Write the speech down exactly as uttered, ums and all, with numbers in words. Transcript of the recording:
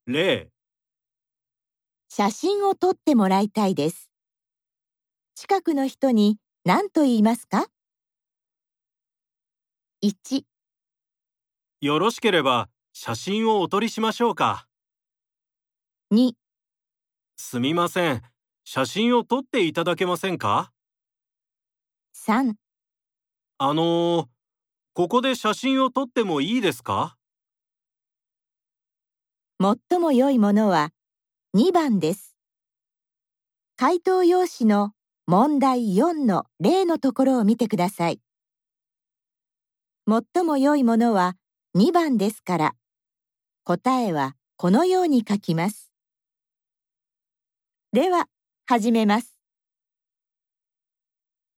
例、 写真を撮ってもらいたいです。近くの人に何と言いますか？いち、 よろしければ写真をお撮りしましょうか。 に、 すみません。写真を撮っていただけませんか？ さん、 あのー、ここで写真を撮ってもいいですか？ 最も良いものはにばんです。回答用紙の問題よんの例のところを見てください。最も良いものはにばんですから、答えはこのように書きます。では、始めます。